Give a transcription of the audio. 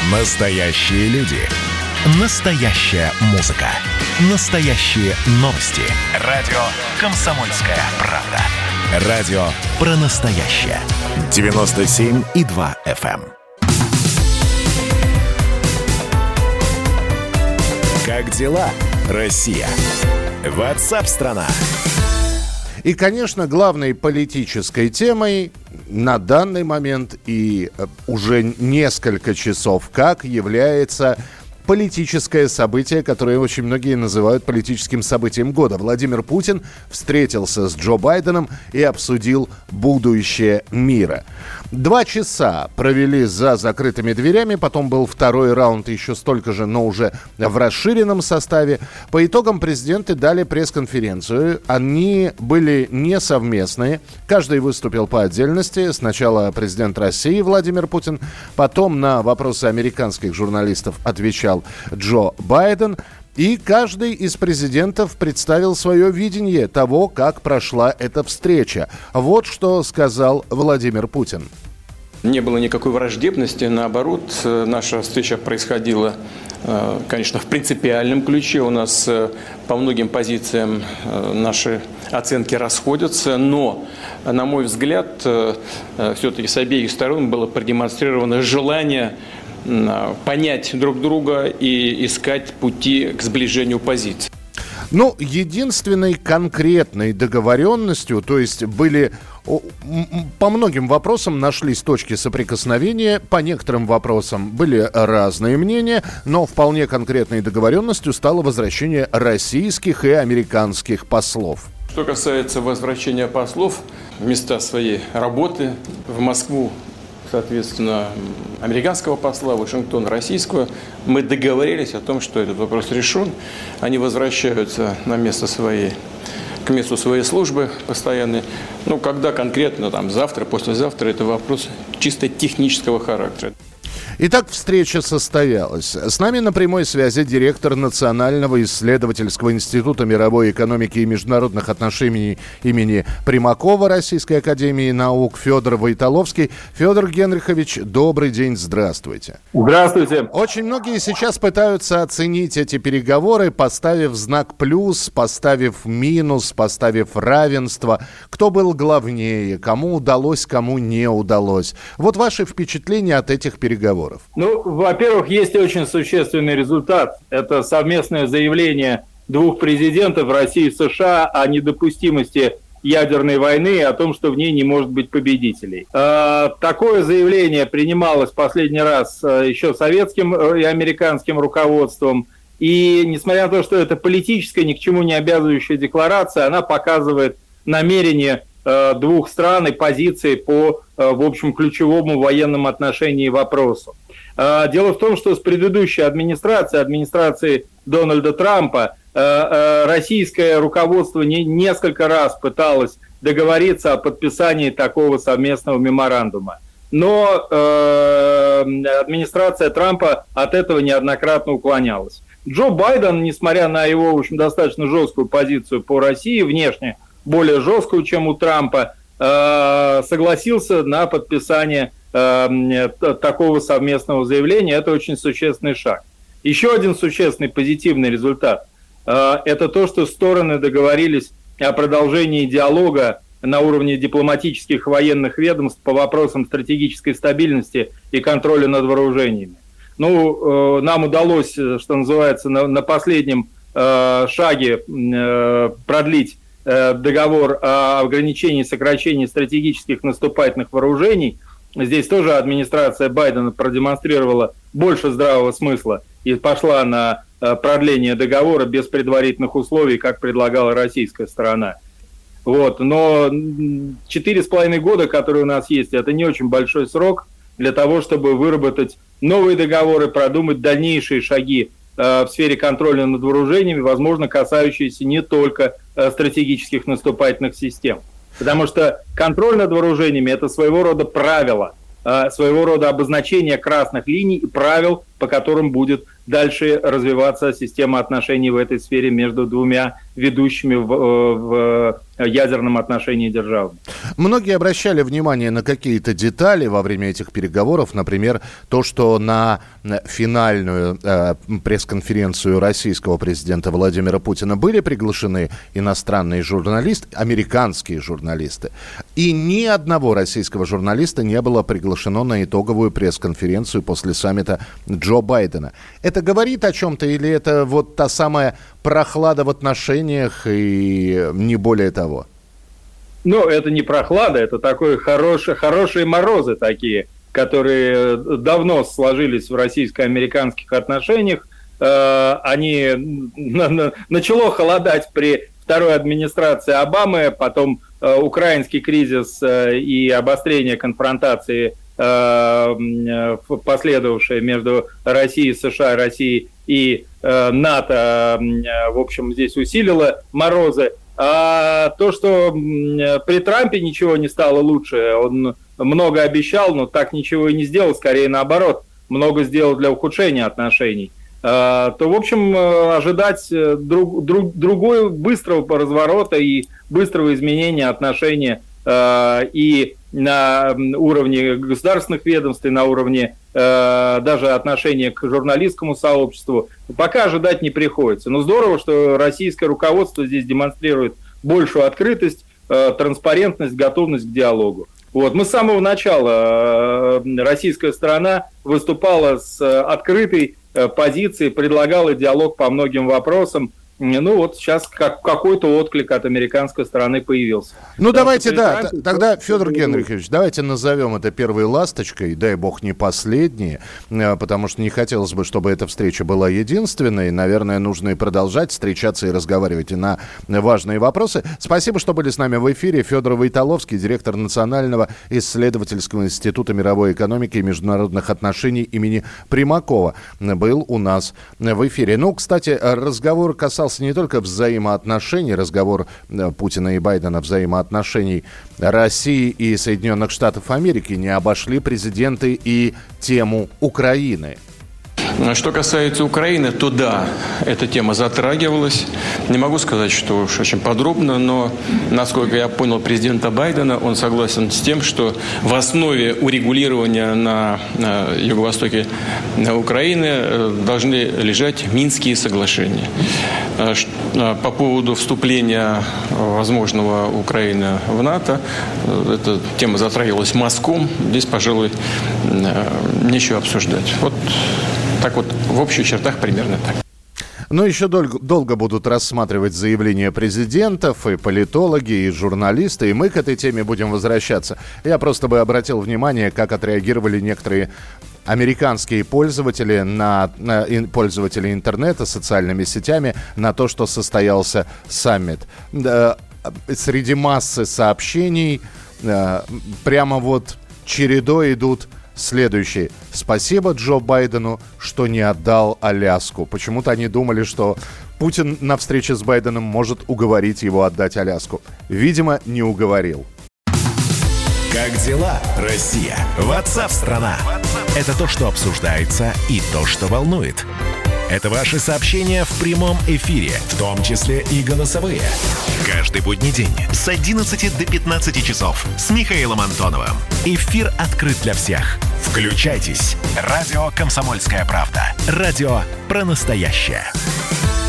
Настоящие люди. Настоящая музыка. Настоящие новости. Радио «Комсомольская правда». Радио про настоящее. 97,2 FM. Как дела, Россия? WhatsApp-страна. И, конечно, главной политической темой на данный момент и уже несколько часов как является политическое событие, которое очень многие называют политическим событием года. Владимир Путин встретился с Джо Байденом и обсудил будущее мира. 2 часа провели за закрытыми дверями, потом был второй раунд, еще столько же, но уже в расширенном составе. По итогам президенты дали пресс-конференцию. Они были не совместные. Каждый выступил по отдельности. Сначала президент России Владимир Путин, потом на вопросы американских журналистов отвечал Джо Байден. И каждый из президентов представил свое видение того, как прошла эта встреча. Вот что сказал Владимир Путин. Не было никакой враждебности, наоборот, наша встреча происходила, конечно, в принципиальном ключе. У нас по многим позициям наши оценки расходятся, но, на мой взгляд, все-таки с обеих сторон было продемонстрировано желание понять друг друга и искать пути к сближению позиций. Ну, единственной конкретной договоренностью, то есть были по многим вопросам нашлись точки соприкосновения, по некоторым вопросам были разные мнения, но вполне конкретной договоренностью стало возвращение российских и американских послов. Что касается возвращения послов в места своей работы в Москву, соответственно, американского посла, Вашингтон российского, мы договорились о том, что этот вопрос решен. Они возвращаются на место к месту своей службы постоянной. Ну, когда конкретно, завтра, послезавтра, это вопрос чисто технического характера. Итак, встреча состоялась. С нами на прямой связи директор Национального исследовательского института мировой экономики и международных отношений имени Примакова Российской академии наук Федор Войтоловский. Федор Генрихович, добрый день, здравствуйте. Здравствуйте. Очень многие сейчас пытаются оценить эти переговоры, поставив знак плюс, поставив минус, поставив равенство. Кто был главнее, кому удалось, кому не удалось. Вот ваши впечатления от этих переговоров. Ну, во-первых, есть очень существенный результат. Это совместное заявление 2 президентов России и США о недопустимости ядерной войны и о том, что в ней не может быть победителей. Такое заявление принималось последний раз еще советским и американским руководством. И несмотря на то, что это политическая, ни к чему не обязывающая декларация, она показывает намерение 2 стран и позиции по, в общем, ключевому в военном отношении вопросу. Дело в том, что с предыдущей администрацией Дональда Трампа, российское руководство несколько раз пыталось договориться о подписании такого совместного меморандума. Но администрация Трампа от этого неоднократно уклонялась. Джо Байден, несмотря на его, в общем, достаточно жесткую позицию по России, внешне более жесткую, чем у Трампа, согласился на подписание такого совместного заявления. Это очень существенный шаг. Еще один существенный позитивный результат – это то, что стороны договорились о продолжении диалога на уровне дипломатических и военных ведомств по вопросам стратегической стабильности и контроля над вооружениями. Ну, нам удалось, что называется, на последнем шаге продлить договор о ограничении и сокращении стратегических наступательных вооружений. Здесь тоже администрация Байдена продемонстрировала больше здравого смысла и пошла на продление договора без предварительных условий, как предлагала российская сторона. Вот. Но 4,5 года, которые у нас есть, это не очень большой срок для того, чтобы выработать новые договоры, продумать дальнейшие шаги в сфере контроля над вооружениями, возможно, касающиеся не только стратегических наступательных систем. Потому что контроль над вооружениями – это своего рода правило, своего рода обозначение красных линий и правил, по которым будет дальше развиваться система отношений в этой сфере между 2 ведущими в ядерном отношении державы. Многие обращали внимание на какие-то детали во время этих переговоров. Например, то, что на финальную пресс-конференцию российского президента Владимира Путина были приглашены иностранные журналисты, американские журналисты. И ни одного российского журналиста не было приглашено на итоговую пресс-конференцию после саммита Джо Байдена. Это говорит о чем-то или это вот та самая прохлада в отношениях и не более того? Ну, это не прохлада, это такие хорошие морозы такие, которые давно сложились в российско-американских отношениях. Они начало холодать при второй администрации Обамы, потом украинский кризис и обострение конфронтации, последовавшее между Россией, США, Россией и НАТО, в общем, здесь усилило морозы. А то, что при Трампе ничего не стало лучше, он много обещал, но так ничего и не сделал, скорее наоборот, много сделал для ухудшения отношений, то, в общем, ожидать другого быстрого разворота и быстрого изменения отношений и на уровне государственных ведомств, и на уровне даже отношения к журналистскому сообществу, пока ожидать не приходится. Но здорово, что российское руководство здесь демонстрирует большую открытость, транспарентность, готовность к диалогу. Вот. Мы с самого начала, российская сторона выступала с открытой позицией, предлагала диалог по многим вопросам. Ну вот сейчас какой-то отклик от американской стороны появился. Ну давайте, да, тогда, Федор Генрихович, давайте назовем это первой ласточкой, дай бог не последней, потому что не хотелось бы, чтобы эта встреча была единственной. Наверное, нужно и продолжать встречаться и разговаривать и на важные вопросы. Спасибо, что были с нами в эфире. Федор Войтоловский, директор Национального исследовательского института мировой экономики и международных отношений имени Примакова, был у нас в эфире. Ну, кстати, разговор касался не только взаимоотношений, разговор Путина и Байдена, взаимоотношений России и Соединенных Штатов Америки, не обошли президенты и тему Украины. Что касается Украины, то да, эта тема затрагивалась. Не могу сказать, что уж очень подробно, но, насколько я понял президента Байдена, он согласен с тем, что в основе урегулирования на юго-востоке Украины должны лежать Минские соглашения. По поводу вступления возможного Украины в НАТО, эта тема затрагивалась мазком. Здесь, пожалуй, нечего обсуждать. Вот так вот, в общих чертах примерно так. Но еще долго будут рассматривать заявления президентов, и политологи, и журналисты, и мы к этой теме будем возвращаться. Я просто бы обратил внимание, как отреагировали некоторые американские пользователи, пользователи интернета, социальными сетями, на то, что состоялся саммит. Среди массы сообщений прямо вот чередой идут следующие. Спасибо Джо Байдену, что не отдал Аляску. Почему-то они думали, что Путин на встрече с Байденом может уговорить его отдать Аляску. Видимо, не уговорил. Как дела, Россия? WhatsApp-страна. Это то, что обсуждается и то, что волнует. Это ваши сообщения в прямом эфире, в том числе и голосовые. Каждый будний день с 11 до 15 часов с Михаилом Антоновым. Эфир открыт для всех. Включайтесь. Радио «Комсомольская правда». Радио про настоящее.